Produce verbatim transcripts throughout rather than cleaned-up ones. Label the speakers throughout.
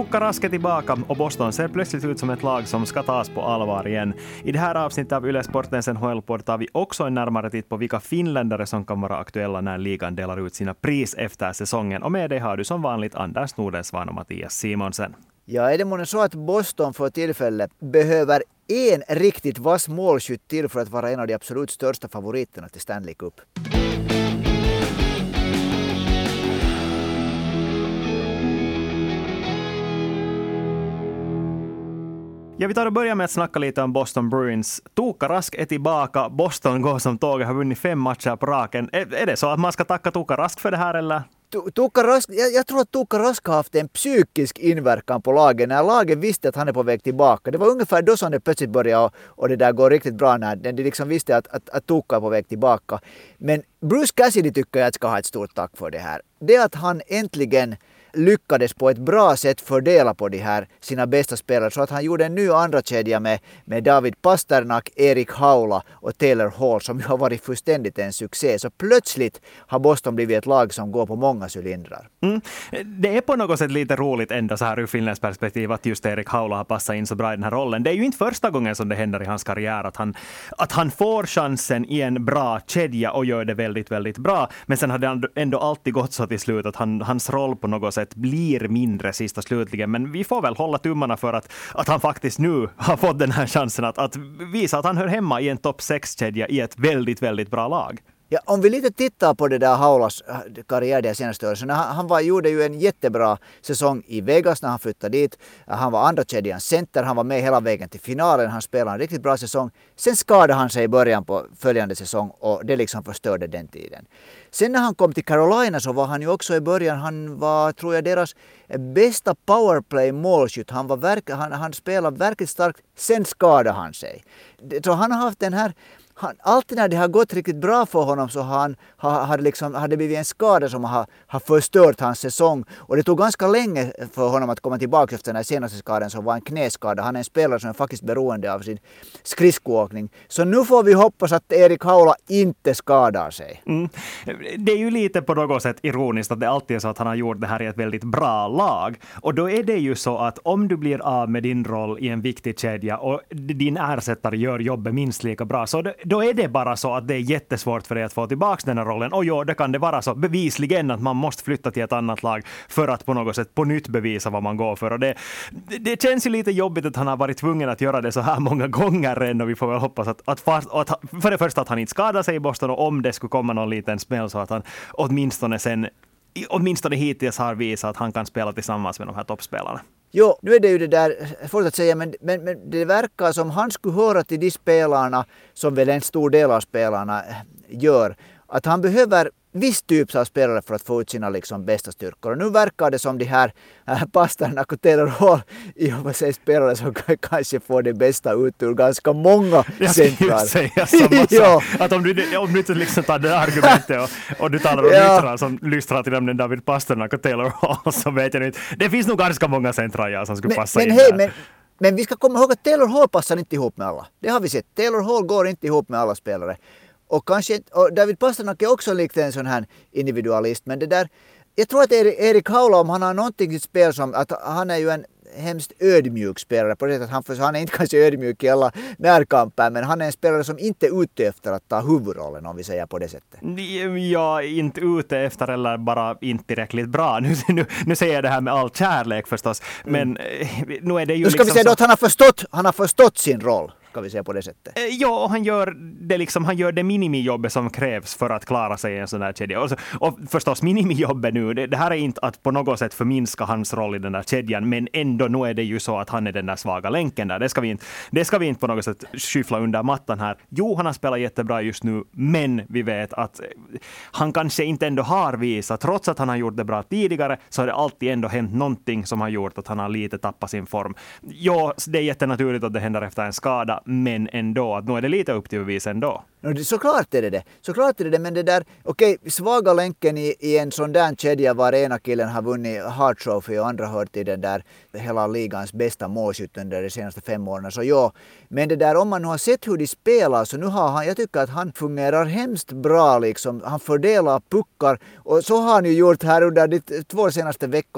Speaker 1: Tuukka Rask är tillbaka och Boston ser plötsligt ut som ett lag som ska tas på allvar igen. I det här avsnittet av Yle Sportens N H L-podd tar vi också en närmare titt på vilka finländare som kan vara aktuella när ligan delar ut sina pris efter säsongen. Och med dig har du som vanligt Anders Nordensvan och Mattias Simonsen.
Speaker 2: Ja, är det månne så att Boston för tillfället behöver en riktigt vass målskytt till för att vara en av de absolut största favoriterna till Stanley Cup?
Speaker 1: Ja, vi tar och börjar med att snacka lite om Boston Bruins. Tuukka Rask är tillbaka. Boston går som tåget, har vunnit fem matcher på raken. Är, är det så att man ska tacka Tuukka Rask för det här eller?
Speaker 2: Tuukka Rask, jag, jag tror att Tuukka Rask har haft en psykisk inverkan på lagen när lagen visste att han är på väg tillbaka. Det var ungefär då som det plötsligt började och, och det där går riktigt bra när de liksom visste att, att, att Tuukka är på väg tillbaka. Men Bruce Cassidy tycker jag ska ha ett stort tack för det här. Det är att han äntligen lyckades på ett bra sätt fördela på de här sina bästa spelare så att han gjorde en ny andra kedja med, med David Pasternak, Erik Haula och Taylor Hall som ju har varit fullständigt en succé. Så plötsligt har Boston blivit ett lag som går på många cylindrar.
Speaker 1: Mm. Det är på något sätt lite roligt ändå så här ur Finlands perspektiv att just Erik Haula har passat in så bra i den här rollen. Det är ju inte första gången som det händer i hans karriär att han, att han får chansen i en bra kedja och gör det väldigt, väldigt bra. Men sen har det ändå alltid gått så till slut att han, hans roll på något sätt blir mindre sist och slutligen. Men vi får väl hålla tummarna för att, att han faktiskt nu har fått den här chansen att, att visa att han hör hemma i en topp sex-kedja i ett väldigt, väldigt bra lag.
Speaker 2: Ja, om vi lite tittar på det där Haulas karriär de senaste åren. Så han, han var, gjorde ju en jättebra säsong i Vegas när han flyttade dit. Han var andra kedjans center. Han var med hela vägen till finalen. Han spelade en riktigt bra säsong. Sen skadade han sig i början på följande säsong och det liksom förstörde den tiden. Sen när han kom till Carolina så var han ju också i början, han var tror jag deras bästa powerplay målskytt. Han, var verk, han, han spelade verkligt starkt. Sen skadade han sig. Så han har haft den här... Han, alltid när det har gått riktigt bra för honom så har, han, har, har, det liksom, har det blivit en skada som har, har förstört hans säsong. Och det tog ganska länge för honom att komma tillbaka efter den här senaste skadan som var en knäskada. Han är en spelare som är faktiskt beroende av sin skridskoåkning. Så nu får vi hoppas att Erik Haula inte skadar sig.
Speaker 1: Mm. Det är ju lite på något sätt ironiskt att det alltid är så att han har gjort det här i ett väldigt bra lag. Och då är det ju så att om du blir av med din roll i en viktig kedja och din ersättare gör jobbet minst lika bra så det, då är det bara så att det är jättesvårt för dig att få tillbaka den här rollen. Och ja, det kan det vara så bevisligen att man måste flytta till ett annat lag för att på något sätt på nytt bevisa vad man går för. Och det, det känns ju lite jobbigt att han har varit tvungen att göra det så här många gånger än och vi får väl hoppas att, att, fast, att för det första att han inte skadar sig i Boston och om det skulle komma någon liten smäll så att han åtminstone sen åtminstone hittills har visat att han kan spela tillsammans med de här toppspelarna.
Speaker 2: Jo, nu är det ju det där, svårt att säga, men, men, men det verkar som han skulle höra till de spelarna som väl en stor del av spelarna gör. Att han behöver viss typ av spelare för att få ut sina liksom bästa styrkor. Och nu verkar det som de här äh, Pasternak och Taylor Hall i och för sig spelare som kanske får det bästa ut ur ganska många centrar.
Speaker 1: Jag skulle säga samma sak. Att om du, om du inte liksom tar det argumentet och, och du talar om ja. lyssnare som lyssnar till dem, David Pasternak och Taylor Hall, så vet jag inte. Det finns nog ganska många centrar ja, som skulle
Speaker 2: men,
Speaker 1: passa
Speaker 2: men
Speaker 1: in
Speaker 2: hej,
Speaker 1: där.
Speaker 2: Men, men vi ska komma ihåg att Taylor Hall passar inte ihop med alla. Det har vi sett. Taylor Hall går inte ihop med alla spelare. Och, kanske, och David Pasternak är också likt en sån här individualist. Men det där, jag tror att Erik Haula, om han har någonting i spel som att han är ju en hemskt ödmjuk spelare på det sättet. Han, han är inte kanske ödmjuk i alla närkamper, men han är en spelare som inte är ute efter att ta huvudrollen, om vi säger på det sättet.
Speaker 1: Ja, inte ute efter eller bara inte tillräckligt bra. Nu, nu, nu säger jag det här med all kärlek förstås, men mm. nu är det ju
Speaker 2: nu ska
Speaker 1: liksom
Speaker 2: vi säga
Speaker 1: så...
Speaker 2: att han har förstått, han har förstått sin roll. Ska vi säga på det sättet.
Speaker 1: Ja, och han gör det liksom, han gör det minimijobbet som krävs för att klara sig i en sån här kedja. Och, så, och förstås minimijobbet nu, det, det här är inte att på något sätt förminska hans roll i den där kedjan, men ändå nu är det ju så att han är den där svaga länken där. Det ska vi inte, det ska vi inte på något sätt skyffla under mattan här. Jo, han har spelat jättebra just nu, men vi vet att han kanske inte ändå har visat, trots att han har gjort det bra tidigare, så har det alltid ändå hänt någonting som har gjort att han har lite tappat sin form. Ja, det är jättenaturligt att det händer efter en skada, men ändå, att nu är det lite upp till bevis ändå.
Speaker 2: Såklart är det det. Såklart är det det, men det där, okej, okay, svaga länken i, i en sån där kedja var ena killen har vunnit Hart Trophy och andra hör till den där hela ligans bästa målskytt under de senaste fem åren. Så ja, men det där, om man nu har sett hur de spelar, så nu har han, jag tycker att han fungerar hemskt bra liksom. Han fördelar puckar och så har han ju gjort här under de två senaste veckorna.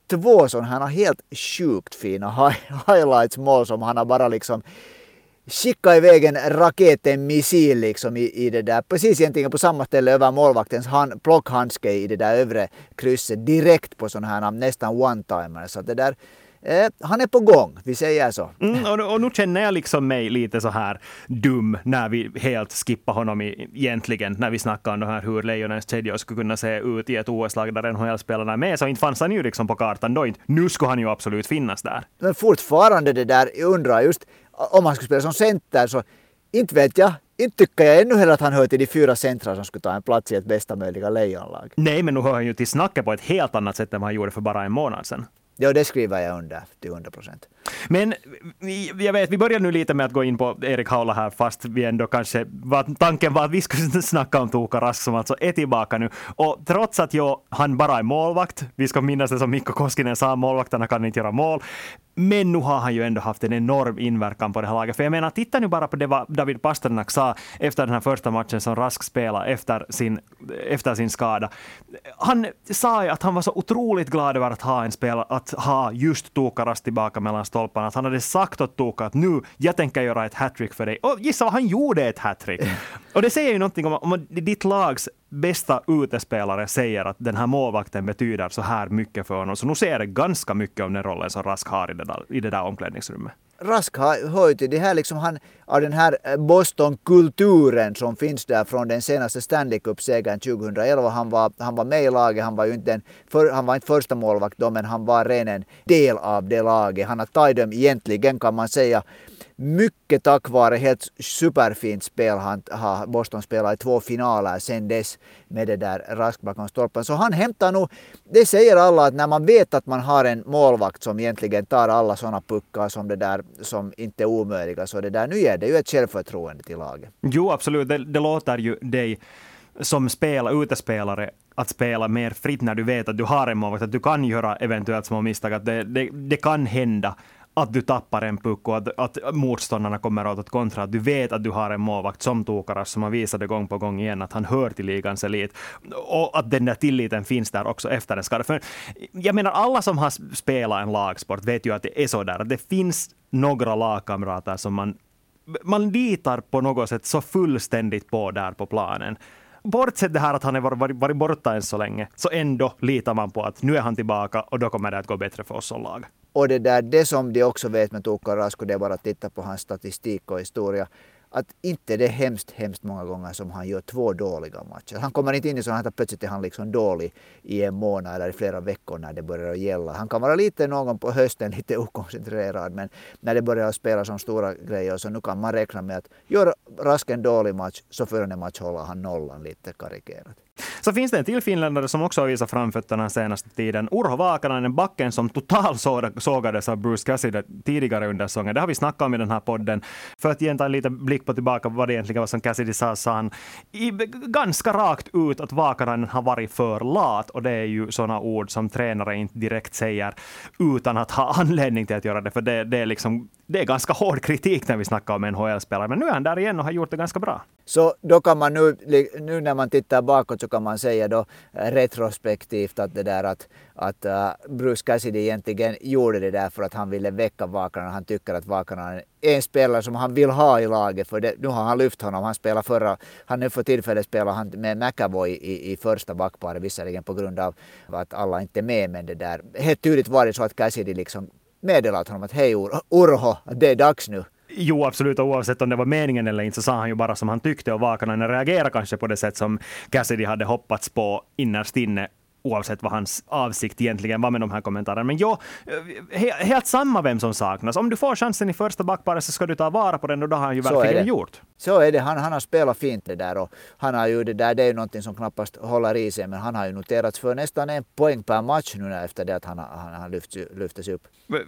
Speaker 2: två sådana här helt sjukt fina highlights-mål som han har bara liksom skickat iväg en raket, en missil liksom i, i det där, precis egentligen på samma ställe över målvaktens hand, plockhandske i det där övre krysset direkt på sådana här nästan one-timer. Så det där, eh, han är på gång, vi säger så.
Speaker 1: Mm, och, och nu känner jag liksom mig lite så här dum när vi helt skippar honom i, egentligen, när vi snackar om det här hur Lejonens kedjor skulle kunna se ut i ett O S-lag där N H L-spelarna är med, så inte fanns han ju liksom på kartan då inte. Nu skulle han ju absolut finnas där.
Speaker 2: Men fortfarande det där, jag undrar just om han skulle spela som center, så inte vet jag, inte tycker jag ännu heller att han hör till de fyra centrar som skulle ta en plats i ett bästa möjliga Lejonlag.
Speaker 1: Nej, men nu hör han ju till snacket på ett helt annat sätt än vad han gjorde för bara en månad sedan.
Speaker 2: Ja, det skriver jag under till hundra procent.
Speaker 1: Men jag vet, vi börjar nu lite med att gå in på Erik Haula här, fast vi ändå kanske var, tanken var att vi skulle snacka om Tuukka Rask som alltså är tillbaka nu. Och trots att jag, han bara är målvakt, vi ska minnas det som Mikko Koskinen sa, målvakterna kan inte göra mål. Men nu har han ju ändå haft en enorm inverkan på det här laget. För jag menar, titta nu bara på det vad David Pasternak sa efter den här första matchen som Rask spelade efter sin, efter sin skada. Han sa ju att han var så otroligt glad över att ha en spelare, att ha just Tuukka Rask tillbaka mellan stolparna. Att han hade sagt åt Tuukka att nu, jag tänker göra ett hattrick för dig. Och gissa vad, han gjorde ett hattrick. Och det säger ju någonting om, om ditt lags bästa utespelare säger att den här målvakten betyder så här mycket för honom. Så nu ser det ganska mycket om den rollen som Rask har i det där, i det där omklädningsrummet.
Speaker 2: Rask har hört det här liksom han av den här Boston-kulturen som finns där från den senaste Stanley Cup-segern tjugohundraelva. Han var, han var med i laget, han var ju inte, en, för, han var inte första målvakt då, men han var redan en del av det laget. Han har tagit dem egentligen, kan man säga, mycket tack vare helt superfint spel. Han har Boston spelat i två finaler sen dess med det där Rask bakom stolpen. Så han hämtar nog, det säger alla att när man vet att man har en målvakt som egentligen tar alla sådana puckar som det där som inte är omöjliga, så det där, nu ger det ju ett självförtroende till laget.
Speaker 1: Jo, absolut. Det, det låter ju dig som spelare, utespelare att spela mer fritt när du vet att du har en målvakt, att du kan göra eventuellt små misstag, att det, det, det kan hända att du tappar en puck och att, att motståndarna kommer åt att kontra. Att du vet att du har en målvakt som Tuukka Rask som har visat gång på gång igen att han hör till ligans elit. Och att den där tilliten finns där också efter en skada. För jag menar, alla som har spelat en lagsport vet ju att det är så där. Att det finns några lagkamrater som man, man litar på något sätt så fullständigt på där på planen. Bortsett det här att han har varit, varit borta än så länge, så ändå litar man på att nu är han tillbaka och då kommer det att gå bättre för oss som lag.
Speaker 2: Och det där, det som de också vet med Tuukka Rask, och det är bara att titta på hans statistik och historia, att inte det är hemskt, hemskt många gånger som han gör två dåliga matcher. Han kommer inte in i så att plötsligt är han liksom dålig i en månad eller i flera veckor när det börjar att gälla. Han kan vara lite någon på hösten lite okoncentrerad, men när det börjar att spela som stora grejer så nu kan man räkna med att gör Rask en dålig match så för en match håller han nollan lite karikerat.
Speaker 1: Så finns det en till finländare som också har visat framfötterna den senaste tiden. Urho Vaakanainen, backen som total sågades av Bruce Cassidy tidigare under säsongen. Det har vi snackat om i den här podden. För att ge en liten blick på tillbaka vad det egentligen var som Cassidy sa, sa han i, ganska rakt ut att Vaakanainen har varit för lat. Och det är ju sådana ord som tränare inte direkt säger utan att ha anledning till att göra det. För det, det är liksom det är ganska hård kritik när vi snackar om N H L-spelare. Men nu är han där igen och har gjort det ganska bra.
Speaker 2: Så då kan man nu, nu när man tittar bakåt så kan man säga då retrospektivt att det där att, att uh, Bruce Cassidy egentligen gjorde det där för att han ville väcka Vaakanainen. Han tycker att Vaakanainen är en spelare som han vill ha i laget, för det, nu har han lyft honom. Han spelar förra, han nu för tillfället spelar han med McAvoy i, i första backparet, visserligen på grund av att alla inte är med, men det där helt tydligt var det så att Cassidy liksom meddelat honom att hej Urho, det är dags nu.
Speaker 1: Jo, absolut. Och oavsett om det var meningen eller inte så sa han ju bara som han tyckte, och Vaakanainen reagerade kanske på det sätt som Cassidy hade hoppats på innerst inne, oavsett vad hans avsikt egentligen var med de här kommentarerna. Men jo, he- helt samma vem som saknas. Om du får chansen i första backparet så ska du ta vara på den, och då har han ju verkligen gjort.
Speaker 2: Så är det. Han, han har spelat fint det där, och han har ju det där, det är ju någonting som knappast håller i sig, men han har ju noterats för nästan en poäng per match nu efter det att han, han, han lyfts, lyftes upp.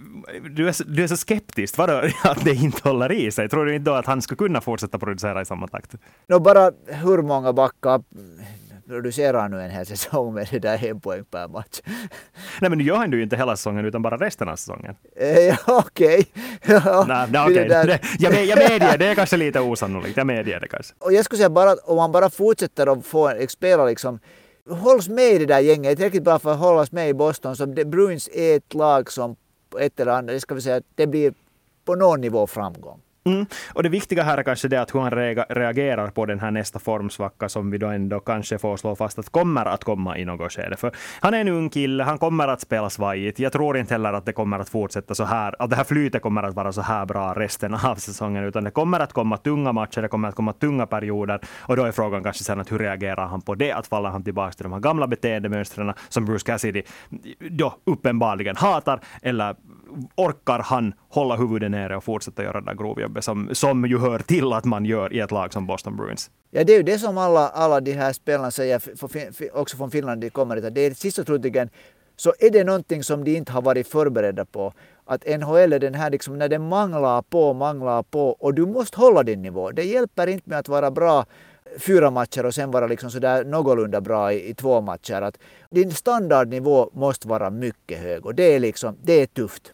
Speaker 1: Du är, du är så skeptisk, vadå, att det inte håller i sig? Tror du inte då att han skulle kunna fortsätta producera i samma takt?
Speaker 2: No, bara hur många backar producerar nu en hel säsong med det där en poäng per match?
Speaker 1: Nej, men nu gör han ju inte hela säsongen utan bara resten av säsongen.
Speaker 2: Eh, Okej. Okay. Ja,
Speaker 1: nej, nej, okay. där... jag, jag medger, det är kanske lite osannolikt. Jag medger det kanske.
Speaker 2: Och jag skulle säga bara att om man bara fortsätter att få spela liksom hålls med i det där gänget. Det är tillräckligt bra för att hållas med i Boston. Så det, Bruins är ett lag som på ett eller annat, det ska vi säga, det blir på någon nivå framgång.
Speaker 1: Mm. Och det viktiga här är kanske det att hur han reagerar på den här nästa formsvacka som vi då ändå kanske får slå fast att kommer att komma i något skede. För han är en ung kille, han kommer att spela svajigt. Jag tror inte heller att det kommer att fortsätta så här, att det här flytet kommer att vara så här bra resten av säsongen, utan det kommer att komma tunga matcher, det kommer att komma tunga perioder, och då är frågan kanske sen att hur reagerar han på det, att falla han tillbaka till de här gamla beteendemönstren som Bruce Cassidy då uppenbarligen hatar, eller orkar han hålla huvudet nere och fortsätta göra det där grovjobbet som, som ju hör till att man gör i ett lag som Boston Bruins.
Speaker 2: Ja, det är ju det som alla, alla de här spelarna säger, för, för, också från Finland de kommer det. Det är sist och slutligen så är det någonting som de inte har varit förberedda på. Att N H L är den här liksom, när det manglar på, manglar på och du måste hålla din nivå. Det hjälper inte med att vara bra fyra matcher och sen vara liksom sådär någorlunda bra i, i två matcher. Att din standardnivå måste vara mycket hög och det är liksom, det är tufft.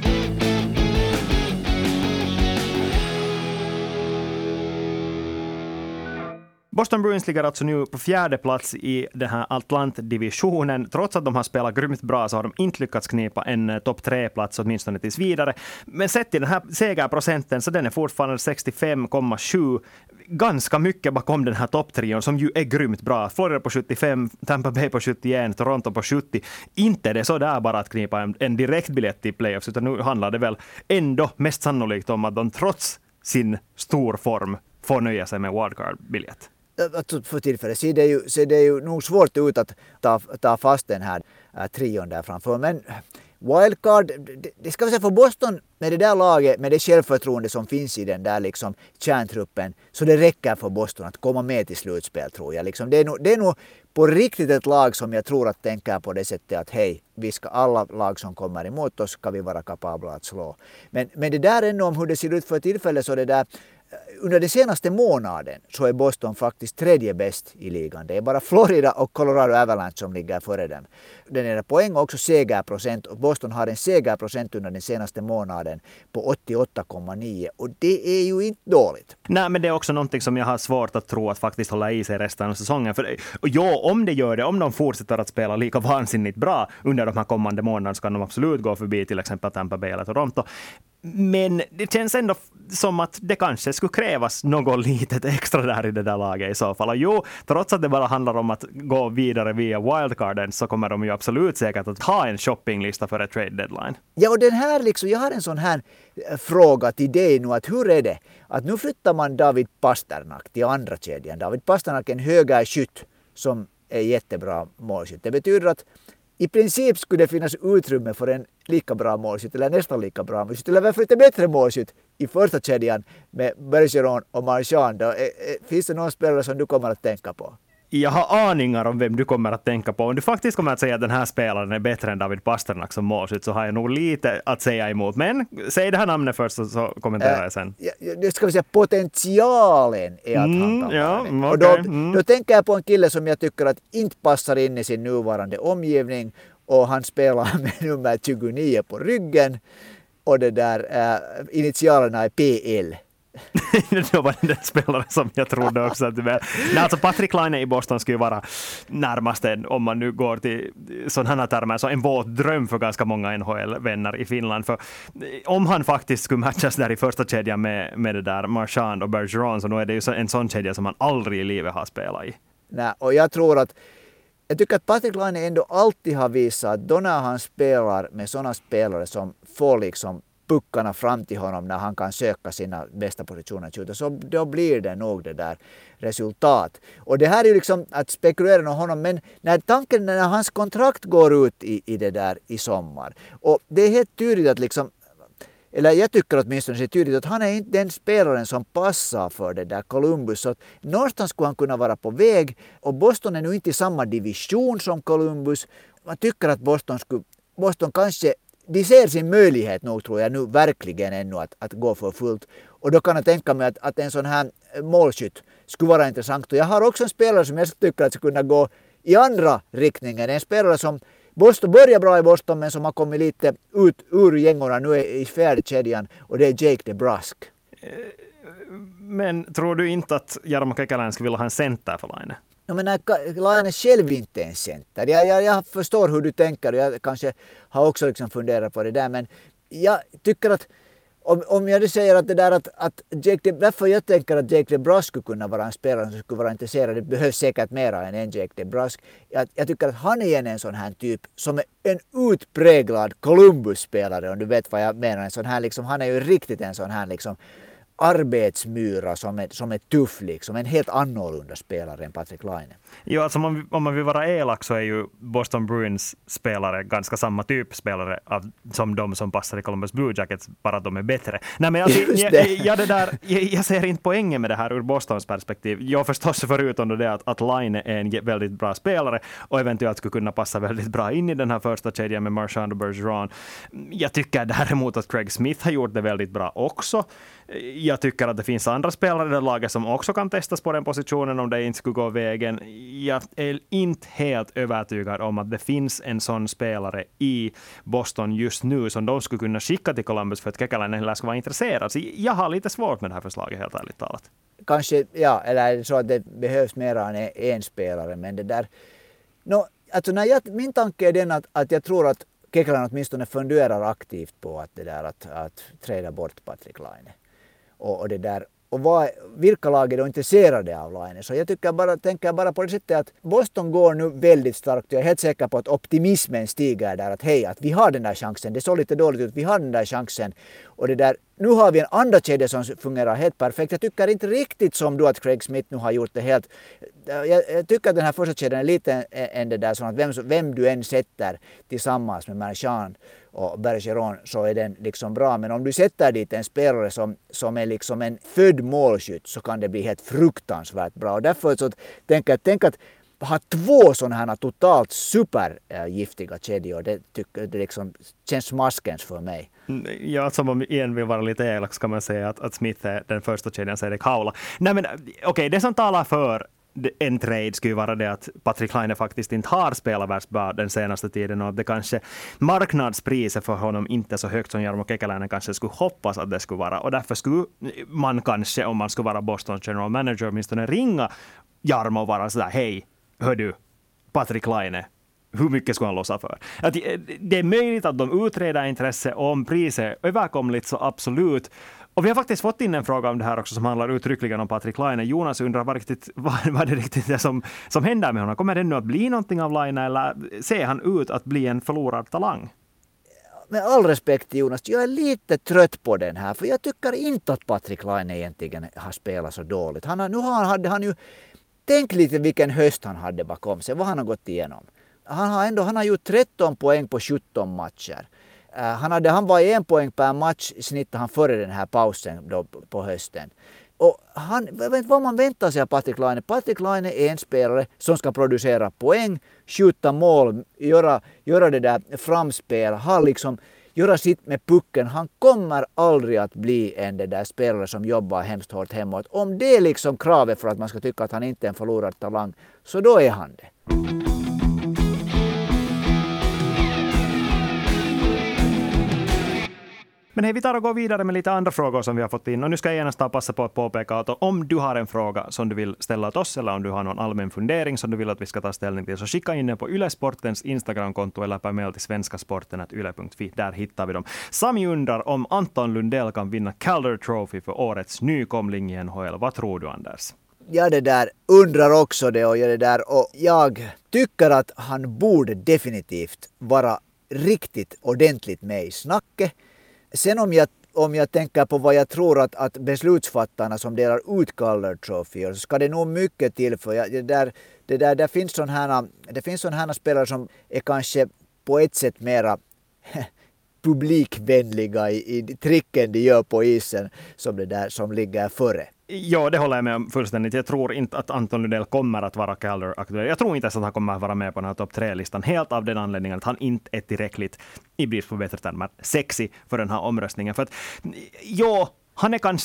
Speaker 1: Boston Bruins ligger alltså nu på fjärde plats i den här Atlantdivisionen. Trots att de har spelat grymt bra så har de inte lyckats knipa en topp tre-plats åtminstone tills vidare. Men sett i den här segerprocenten så den är fortfarande sextiofem komma sju. Ganska mycket bakom den här topptrion som ju är grymt bra. Florida på sjuttiofem, Tampa Bay på sjuttioen, Toronto på sjuttio. Inte det så där bara att knipa en, en direkt biljett till playoffs, utan nu handlar det väl ändå mest sannolikt om att de trots sin stor form får nöja sig med wildcard-biljett.
Speaker 2: För tillfället ser det ju, ser det ju nog svårt ut att ta, ta fast den här äh, trion där framför. Men wildcard, det, det ska vi säga för Boston med det där laget, med det självförtroende som finns i den där liksom kärntruppen, så det räcker för Boston att komma med till slutspel, tror jag. Liksom, det, är nog, det är nog på riktigt ett lag som jag tror att tänker på det sättet att hej, vi ska alla lag som kommer emot oss ska vi vara kapabla att slå. Men, men det där ändå om hur det ser ut för tillfället, så det där under den senaste månaden så är Boston faktiskt tredje bäst i ligan. Det är bara Florida och Colorado Avalanche som ligger före dem. Den är poäng och också segerprocent. Och Boston har en segerprocent under den senaste månaden på åttioåtta komma nio. Och det är ju inte dåligt.
Speaker 1: Nej, men det är också någonting som jag har svårt att tro att faktiskt hålla i sig resten av säsongen. För ja, om det gör det, om de fortsätter att spela lika vansinnigt bra under de här kommande månaderna, så kan de absolut gå förbi till exempel Tampa Bay eller Toronto. Men det känns ändå som att det kanske skulle krävas något litet extra där i det där laget i så fall. Och jo, trots att det bara handlar om att gå vidare via wildcarden, så kommer de ju absolut säkert att ha en shoppinglista för ett trade deadline.
Speaker 2: Ja, och den här liksom, jag har en sån här fråga till dig nu, att hur är det? Att nu flyttar man David Pasternak till andra kedjan. David Pasternak är en högerskytt som är jättebra målskytt. Det betyder att i princip skulle det finnas utrymme för en lika bra målskytt eller nästan lika bra målskytt eller varför inte bättre målskytt i första kedjan med Bergeron och Marchand. Finns det någon spelare som du kommer att tänka på?
Speaker 1: Jag har aningar om vem du kommer att tänka på. Om du faktiskt kommer att säga att den här spelaren är bättre än David Pasternak som målskytt, så har jag nog lite att säga emot. Men säg det här namnet först, så, så kommenterar jag sen.
Speaker 2: Äh, det ska vi säga, potentialen är att
Speaker 1: mm,
Speaker 2: han kan
Speaker 1: ja,
Speaker 2: vara det.
Speaker 1: okay.
Speaker 2: Och då,
Speaker 1: mm.
Speaker 2: då tänker jag på en kille som jag tycker att inte passar in i sin nuvarande omgivning. Och han spelar med nummer tjugonio på ryggen. Och det där äh, initialerna är P L.
Speaker 1: Det var den spelare som jag trodde också att det var. Nej, alltså Patrick Laine i Boston skulle vara närmast en, om man nu går till sådana här termer, så en våt dröm för ganska många N H L-vänner i Finland. För om han faktiskt skulle matchas där i första kedjan med, med det där Marchand och Bergeron, så nu är det ju en sån kedja som man aldrig i livet har spelat i.
Speaker 2: Nej, och jag tror att jag tycker att Patrick Laine ändå alltid har visat att då när han spelar med sådana spelare som får liksom puckarna fram till honom när han kan söka sina bästa positioner, så då blir det nog det där resultat. Och det här är ju liksom att spekulera om honom, men när tanken när hans kontrakt går ut i, i det där i sommar, och det är helt tydligt att liksom, eller jag tycker åtminstone det är tydligt att han är inte den spelaren som passar för det där Columbus. Så någonstans skulle han kunna vara på väg, och Boston är nu inte i samma division som Columbus. Man tycker att Boston skulle, Boston kanske, de ser sin möjlighet nog, tror jag nu verkligen ännu att, att gå för fullt. Och då kan jag tänka mig att, att en sån här målskytt skulle vara intressant. Och jag har också en spelare som jag tycker att skulle kunna gå i andra riktningen. En spelare som Boston börjar bra i Boston, men som har kommit lite ut ur gängorna nu i fjärde kedjan, och det är Jake DeBrusk.
Speaker 1: Men tror du inte att Jarmo Kekäläinen skulle vilja ha en center för Laine?
Speaker 2: Jag menar, Laine själv inte en center. Jag, jag, jag förstår hur du tänker och jag kanske har också liksom funderat på det där. Men jag tycker att om, om jag säger att det där att, att Jake, därför jag tänker att Jake DeBrusk skulle kunna vara en spelare som skulle vara intresserad. Det behövs säkert mera än en Jake DeBrusk. Jag, jag tycker att han är en sån här typ som är en utpräglad Columbus-spelare, om du vet vad jag menar. En sån här liksom, han är ju riktigt en sån här liksom arbetsmyra som är, som är tuff, liksom. En helt annorlunda spelare än Patrik Laine.
Speaker 1: Jo, alltså om, om man vill vara elak så är ju Boston Bruins spelare ganska samma typ spelare av, som de som passar i Columbus Blue Jackets, bara att de är bättre. Nej, men alltså, jag, jag, jag, det där, jag, jag ser inte poängen med det här ur Bostons perspektiv. Jag förstås förutom det att, att Laine är en väldigt bra spelare och eventuellt skulle kunna passa väldigt bra in i den här första kedjan med Marchand och Bergeron. Jag tycker däremot att Craig Smith har gjort det väldigt bra också. Jag tycker att det finns andra spelare i det laget som också kan testas på den positionen om det inte skulle gå vägen. Jag är inte helt övertygad om att det finns en sån spelare i Boston just nu som de skulle kunna skicka till Columbus för att Kekäläinen ska vara intresserad. Så jag har lite svårt med det här förslaget, helt ärligt talat.
Speaker 2: Kanske, ja, eller så att det behövs mer än en, en spelare, men det där... No, alltså när jag, min tanke är den att, att jag tror att Kekäläinen åtminstone funderar aktivt på att det där att, att träda bort Patrik Laine. Och, och det där, och vad, vilka lag är då intresserade av Laine? Så jag tycker bara, tänker bara på det sättet att Boston går nu väldigt starkt. Jag är helt säker på att optimismen stiger där. Att hej, att vi har den där chansen. Det såg lite dåligt ut, vi har den där chansen. Och det där, nu har vi en andra kedja som fungerar helt perfekt. Jag tycker inte riktigt som du att Craig Smith nu har gjort det helt. Jag, jag tycker att den här första kedjan är lite än det där. Så att vem, vem du än sätter tillsammans med Marchand och Bergeron så är den liksom bra. Men om du sätter dit en spelare som, som är liksom en född målskytt så kan det bli helt fruktansvärt bra. Och därför så tänker jag tänk att ha två sådana här totalt supergiftiga kedjor, det, tycker, det liksom känns smaskens för mig.
Speaker 1: Ja, som om en vill vara lite elak så kan man säga att, att Smith är den första kedjan, så är det Kaula. Nej men okej, okay, det som talar för en trade skulle vara det att Patrik Laine faktiskt inte har spelat världsbra den senaste tiden och att det kanske marknadspriset för honom inte är så högt som Jarmo Kekäläinen kanske skulle hoppas att det skulle vara. Och därför skulle man kanske, om man skulle vara Bostons general manager, åtminstone ringa Jarmo och vara sådär, hej, hör du, Patrik Laine, hur mycket ska han låsa för? Att det är möjligt att de utreder intresse om priset är överkomligt, så absolut. Och vi har faktiskt fått in en fråga om det här också som handlar uttryckligen om Patrik Laine. Jonas undrar vad, riktigt, vad, vad det riktigt är som, som händer med honom. Kommer det nu att bli någonting av Laine eller ser han ut att bli en förlorad talang?
Speaker 2: Med all respekt Jonas, jag är lite trött på den här. För jag tycker inte att Patrik Laine egentligen har spelat så dåligt. Han har, nu har, hade han ju... Tänk lite vilken höst han hade bakom sig, vad han har gått igenom. Han har ändå han har gjort tretton poäng på sjutton matcher. Uh, han, hade, han var en poäng per match snittade han före den här pausen då på hösten. Och han, vad man väntar sig av Patrik Laine. Patrik Laine är en spelare som ska producera poäng, skjuta mål, göra, göra det där framspel, ha liksom... göra sitt med pucken. Han kommer aldrig att bli en det där spelare som jobbar hemskt hårt hemåt. Om det är liksom kravet för att man ska tycka att han inte är en förlorad talang, så då är han det.
Speaker 1: Men hej, vi tar och går vidare med lite andra frågor som vi har fått in. Och nu ska jag gärna ta passa på att påpeka att om du har en fråga som du vill ställa till oss eller om du har någon allmän fundering som du vill att vi ska ta ställning till, så skicka in den på Yle Sportens Instagramkonto eller per mail till svenskasporten at yle punkt fi. Där hittar vi dem. Sami undrar om Anton Lundell kan vinna Calder Trophy för årets nykomling i N H L. Vad tror du, Anders?
Speaker 2: Jag det där undrar också det och jag det där och jag tycker att han borde definitivt vara riktigt ordentligt med i snacket. Sen om jag, om jag tänker på vad jag tror att, att beslutsfattarna som delar ut Calder Trophy, så ska det nog mycket till för jag, det där, det där, där finns sån här, det finns sån här spelare som är kanske på ett sätt mera publikvänliga i, i tricken de gör på isen som det där som ligger före.
Speaker 1: Ja, det håller jag med om fullständigt. Jag tror inte att Anton Lundell kommer att vara Calder aktuell. Jag tror inte ens att han kommer att vara med på den här topp tre-listan. Helt av den anledningen att han inte är tillräckligt, i brist på bättre termer, sexy för den här omröstningen. För att, ja, han är kanske den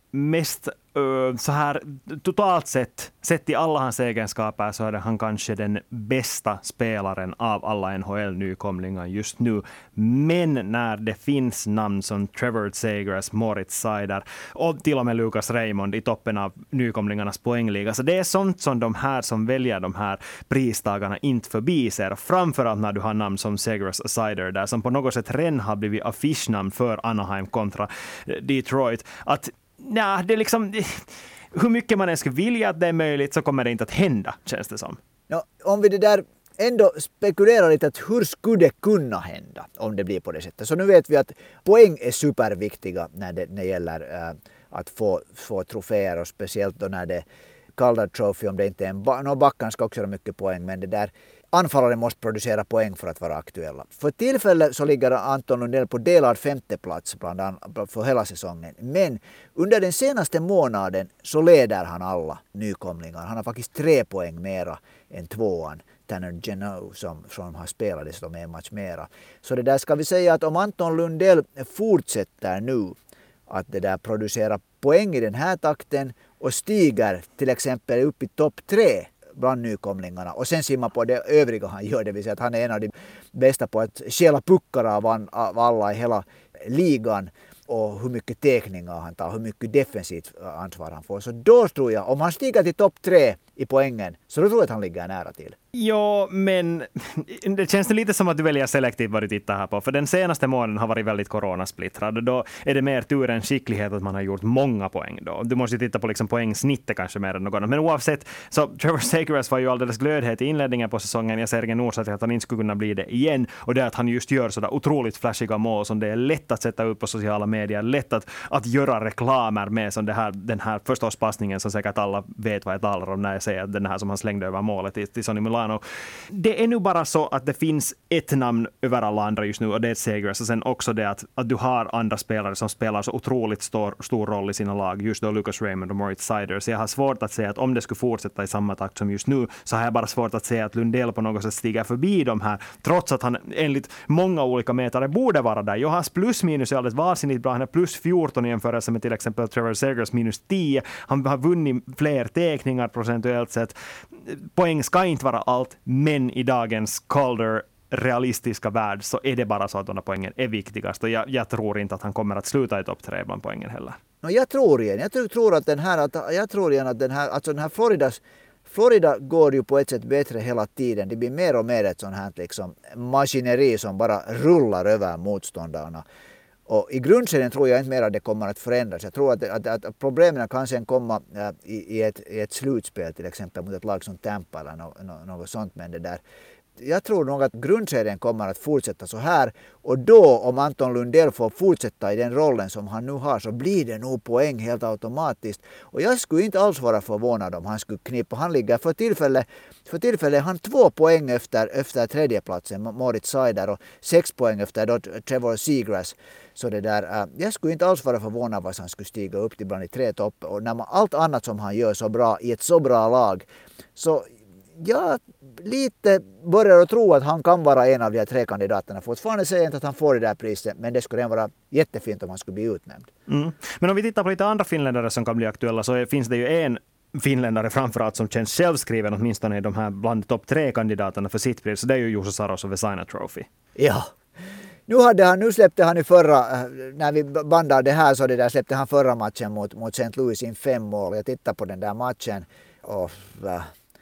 Speaker 1: mest uh, så här totalt sett, sett i alla hans egenskaper så är det han kanske den bästa spelaren av alla N H L-nykomlingar just nu. Men när det finns namn som Trevor Zegras, Moritz Seider och till och med Lucas Raymond i toppen av nykomlingarnas poängliga, så det är sånt som de här som väljer de här pristagarna inte förbiser. Framförallt när du har namn som Zegras och Seider där som på något sätt redan har blivit affischnamn för Anaheim kontra Detroit. Att nej, det är liksom, hur mycket man än skulle vilja att det är möjligt så kommer det inte att hända, känns det som.
Speaker 2: Ja, om vi det där ändå spekulerar lite att hur skulle det kunna hända om det blir på det sättet. Så nu vet vi att poäng är superviktiga när det, när det gäller äh, att få, få troféer och speciellt då när det Calder Trophy, om det inte är en ba- no, backan ska också ha mycket poäng, men det där anfallaren måste producera poäng för att vara aktuella. För tillfället så ligger Anton Lundell på delad femte plats bland an- för hela säsongen. Men under den senaste månaden så leder han alla nykomlingar. Han har faktiskt tre poäng mera än tvåan. Tanner Jeannot som, som har spelat dessutom en match mera. Så det där ska vi säga att om Anton Lundell fortsätter nu att det där producerar poäng i den här takten och stiger till exempel upp i topp tre bland nykomlingarna och sen simmar på det övriga han gör, det vill säga att han är en av de bästa på att stjäla puckar av, av alla i hela ligan och hur mycket teckningar han tar, hur mycket defensivt ansvar han får. Så då tror jag, om han stiger till topp tre i poängen, så då tror jag att han ligger nära till.
Speaker 1: Ja, men det känns lite som att du väljer selektivt vad du tittar här på. För den senaste månaden har varit väldigt coronasplittrad. Då är det mer tur än skicklighet att man har gjort många poäng då. Du måste ju titta på liksom poängsnittet kanske mer än något annat. Men oavsett, så Trevor Zegras var ju alldeles glödhet i inledningen på säsongen. Jag ser ingen orsak till att han inte skulle kunna bli det igen. Och det är att han just gör sådär otroligt flashiga mål som det är lätt att sätta upp på sociala medier. Lätt att, att göra reklamer med som det här, den här förståspassningen som säkert alla vet vad jag talar om när jag säger att den här som han slängde över målet till, till Sonny Milano. Det är nu bara så att det finns ett namn över alla andra just nu och det är Zegras. Och sen också det att, att du har andra spelare som spelar så otroligt stor, stor roll i sina lag. Just då Lucas Raymond och Moritz Seider. Så jag har svårt att säga att om det skulle fortsätta i samma takt som just nu så har jag bara svårt att säga att Lundell på något sätt stiger förbi de här. Trots att han enligt många olika mätare borde vara där. Johans plus minus är alldeles varsinnigt bra. Han är plus fjorton i jämförelse med till exempel Trevor Zegras minus tio. Han har vunnit fler teckningar procentuellt sett. Poäng ska inte vara allt, men i dagens Calder realistiska värld så är det bara så att de här poängen är viktigast. Och jag, jag tror inte att han kommer att sluta i topp tre bland poängen heller.
Speaker 2: No, jag tror igen. Jag tror att den här, att, jag tror igen att den här, alltså den här Floridas, Florida går ju på ett sätt bättre hela tiden. Det blir mer och mer ett sånt här liksom maskineri som bara rullar över motståndarna. Och i grundserien tror jag inte mer att det kommer att förändras. Jag tror att, att, att problemen kan sen komma äh, i, i, ett, i ett slutspel till exempel mot ett lag som Tampa eller no, no, något sånt. Men det där. Jag tror nog att grundserien kommer att fortsätta så här. Och då om Anton Lundell får fortsätta i den rollen som han nu har så blir det nog poäng helt automatiskt. Och jag skulle inte alls vara förvånad om han skulle knippa. Han ligger för tillfället, för tillfället han två poäng efter, efter tredjeplatsen, Moritz Seider, och sex poäng efter då Trevor Zegras. Så det där, äh, jag skulle inte alls vara förvånad vad han skulle stiga upp till bland de tre topp. Och när man, allt annat som han gör så bra i ett så bra lag så jag lite börjar att tro att han kan vara en av de här tre kandidaterna. Fortfarande säger jag inte att han får det där priset, men det skulle vara jättefint om han skulle bli utnämnd.
Speaker 1: Mm. Men om vi tittar på lite andra finländare som kan bli aktuella så finns det ju en finländare framförallt som känns självskriven åtminstone i de här bland topp tre kandidaterna för sitt pris. Så det är ju Juuso Saros och Vesina Trophy.
Speaker 2: Ja. Nu, hade han, nu släppte han i förra, när vi bandade det här så det där släppte han förra matchen mot, mot Saint Louis in fem mål. Jag tittade på den där matchen och äh,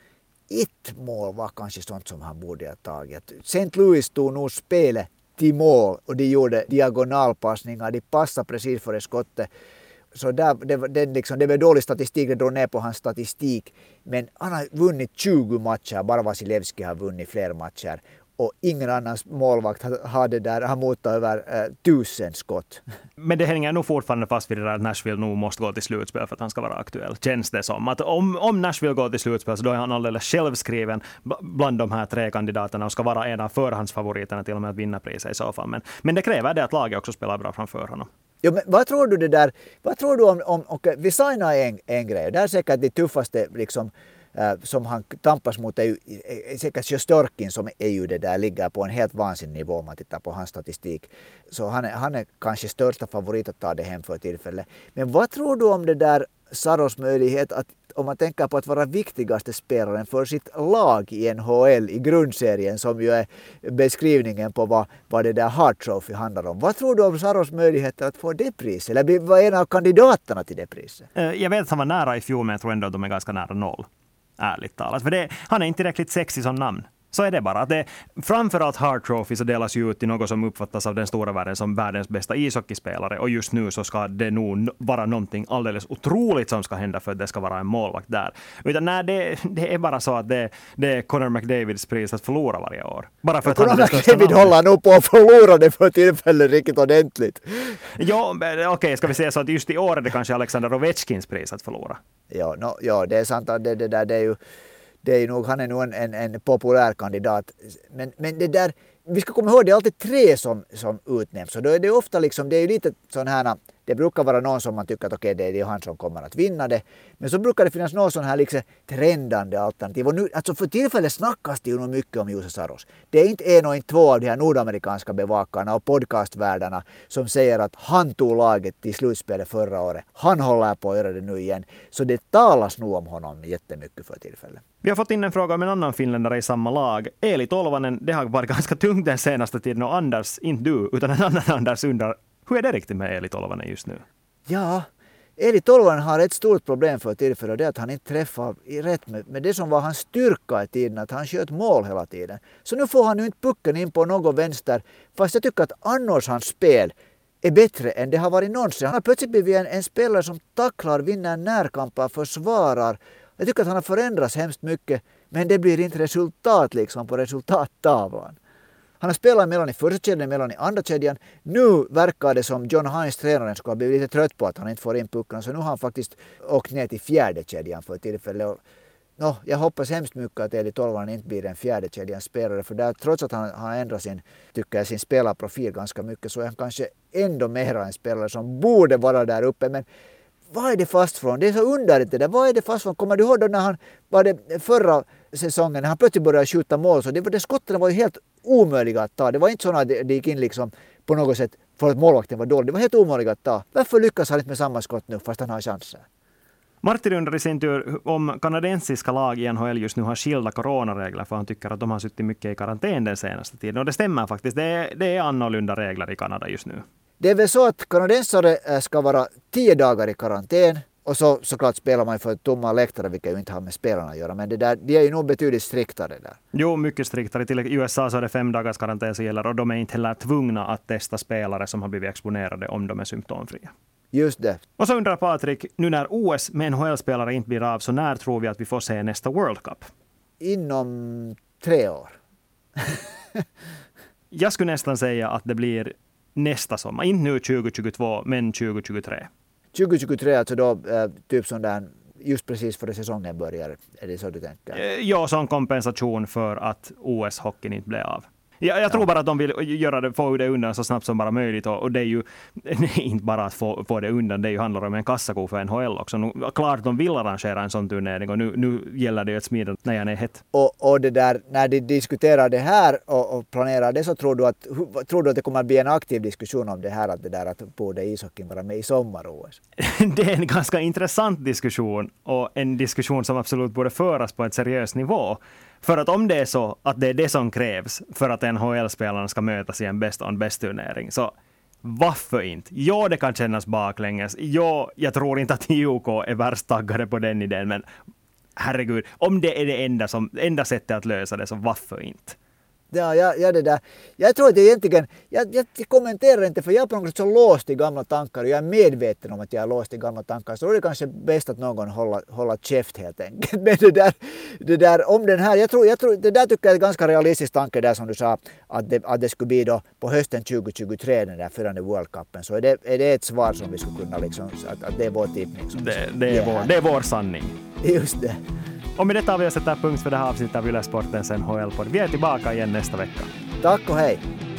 Speaker 2: ett mål var kanske sånt som han borde ha tagit. Saint Louis tog nog spelet till mål och de gjorde diagonalpassningar. De passade precis före skottet. Så där, det, det, liksom, det var dålig statistik, det drog ner på hans statistik. Men han har vunnit tjugo matcher, bara Vasilevski har vunnit fler matcher. Och ingen annan målvakt hade där, han mottog över eh, tusen skott.
Speaker 1: Men det hänger nog fortfarande fast vid det där att Nashville nog måste gå till slutspel för att han ska vara aktuell. Känns det som att om, om Nashville går till slutspel så då är han alldeles självskriven bland de här tre kandidaterna och ska vara en av förhandsfavoriterna till och med att vinna priset i så fall. Men, men det kräver det att laget också spelar bra framför honom.
Speaker 2: Ja, men vad tror du det där, vad tror du om, om okay, vi signar en, en grej, det är säkert det tuffaste liksom äh, som han tampas mot är ju säkert Sjostörkin som är ju det där, ligger på en helt vansinnig nivå om man tittar på hans statistik. Så han är, han är kanske största favorit att ta det hem för tillfället. Men vad tror du om det där Saros möjlighet att, om man tänker på att vara viktigaste spelaren för sitt lag i N H L i grundserien, som ju är beskrivningen på vad, vad det där Hart Trophy handlar om. Vad tror du om Saros möjligheter att få det priset? Eller bli en av kandidaterna till det priset?
Speaker 1: Jag vet att han var nära i fjol, men jag tror ändå att de är ganska nära noll. Ärligt talat. För det, han är inte tillräckligt sexig som namn. Så är det bara. Det, framförallt Hart Trophy så delas ju ut till något som uppfattas av den stora världen som världens bästa ishockeyspelare. Och just nu så ska det nog vara någonting alldeles otroligt som ska hända för att det ska vara en målvakt där. Utan nej, det, det är bara så att det, det är Connor McDavids pris att förlora varje år. Bara för att
Speaker 2: Connor
Speaker 1: han är
Speaker 2: McDavid håller nog på att förlora det för tillfället riktigt ordentligt.
Speaker 1: Ja, okej, okay, ska vi säga så att just i år är det kanske Alexander Ovechkins pris att förlora.
Speaker 2: Ja, no, ja det är sant att det, det där det är ju Det är ju nog, han är nog en, en, en populär kandidat. Men, men det där, vi ska komma ihåg, det är alltid tre som, som utnämns. Så då är det ofta liksom, det är ju lite sån här, det brukar vara någon som man tycker att okej, okay, det är han som kommer att vinna det. Men så brukar det finnas någon sån här liksom trendande alternativ. Och nu, alltså för tillfället snackas det ju nog mycket om Juuse Saros. Det är inte en och inte två av de här nordamerikanska bevakarna och podcastvärdarna som säger att han tog laget till slutspelet förra året. Han håller på att göra det nu igen. Så det talas nog om honom jättemycket för tillfället.
Speaker 1: Vi har fått in en fråga om en annan finländare i samma lag. Eli Tolvanen, det har varit ganska tungt den senaste tiden, och Anders, inte du, utan en annan Anders undrar, hur är det riktigt med Eli Tolvanen just nu?
Speaker 2: Ja, Eli Tolvanen har ett stort problem för tillfället, och det är att han inte träffar i rätt med, med det som var hans styrka i tiden, att han sköt mål hela tiden. Så nu får han ju inte pucken in på något vänster, fast jag tycker att annars hans spel är bättre än det har varit någonsin. Han har plötsligt blivit en, en spelare som tacklar, vinner närkamper, försvarar. Jag tycker att han har förändrats hemskt mycket, men det blir inte resultat liksom på resultattavlan. Han har spelat mellan i första kedjan, mellan i andra kedjan. Nu verkar det som John Hines, tränaren, ska ha blivit lite trött på att han inte får in puckarna, så nu har han faktiskt åkt ner till fjärde kedjan för tillfället. No, jag hoppas hemskt mycket att Eli Tolvanen inte blir en fjärde kedjans spelare, för där, trots att han har ändrat sin, tycker jag, sin spelarprofil ganska mycket, så är han kanske ändå mer en spelare som borde vara där uppe. Men vad är det fast från? Det är så underligt det där. Vad är det fast från? Kommer du ihåg då när han var det förra säsongen när han plötsligt började skjuta mål, så det, det skotten var ju helt omöjliga att ta. Det var inte så att det, det gick in liksom på något sätt för att målvakten var dålig. Det var helt omöjligt att ta. Varför lyckas han inte med samma skott nu fast han har chanser?
Speaker 1: Martin undrar i sin tur om kanadensiska lag i N H L just nu har skilda coronaregler, för han tycker att de har suttit mycket i karantän den senaste tiden. Och det stämmer faktiskt. Det är, det är annorlunda regler i Kanada just nu.
Speaker 2: Det är väl så att kanadensare ska vara tio dagar i karantän, och så såklart spelar man för tomma läktare, vilket ju inte har med spelarna att göra. Men det där, de är ju nog betydligt striktare där.
Speaker 1: Jo, mycket striktare. Till U S A så är det fem dagars karantän som gäller, och de är inte heller tvungna att testa spelare som har blivit exponerade om de är symptomfria.
Speaker 2: Just det.
Speaker 1: Och så undrar Patrik, nu när O S med N H L-spelare inte blir av, så när tror vi att vi får se nästa World Cup?
Speaker 2: Inom tre år.
Speaker 1: Jag skulle nästan säga att det blir nästa sommar. Inte nu tjugo tjugotvå, men tjugo tjugotre.
Speaker 2: tjugo tjugotre, alltså då äh, typ sån där, just precis före säsongen börjar. Är det så du tänker?
Speaker 1: Ja, som kompensation för att O S-hockeyn inte blev av. Jag, jag tror ja. bara att de vill göra det, få det undan så snabbt som bara möjligt. Och, och det är ju inte bara att få, få det undan, det är ju handlar om en kassako för N H L också. Nu, klart de vill arrangera en sån turnering, och nu, nu gäller det ju att smida när jag är hett.
Speaker 2: Och, och det där, när de diskuterar det här och, och planerar det, så tror du, att, tror du att det kommer att bli en aktiv diskussion om det här, att det där att borde ishockeyn vara med i sommar-O S?
Speaker 1: Det är en ganska intressant diskussion, och en diskussion som absolut borde föras på ett seriös nivå. För att om det är så att det är det som krävs för att N H L-spelarna ska mötas i en best on best-turnering, så varför inte? Ja, det kan kännas baklänges. Ja, jag tror inte att I O K är värst taggade på den idén, men herregud, om det är det enda, som, enda sättet att lösa det, så varför inte?
Speaker 2: Ja, ja, ja, det där. Jag tror att jag egentligen, jag, jag kommenterar inte, för jag är på något sätt så låst i gamla tankar, och jag är medveten om att jag är låst i gamla tankar, så då är det kanske bäst att någon håller, håller käft helt enkelt. Men det där, det där om den här, jag tror, jag tror, det där tycker jag är en ganska realistisk tanke där som du sa, att det, att det skulle bli då på hösten tjugo tjugotre, den där förande World Cupen, så är det, är det ett svar som vi skulle kunna liksom, att, att det är vår tippning. Som
Speaker 1: det, det, är vår, det är vår sanning.
Speaker 2: Just det.
Speaker 1: Och med detta har vi sett punkt för det här avsnittet av Yle Sportens N H L-podd. Vi är tillbaka igen nästa vecka.
Speaker 2: Tack och hej!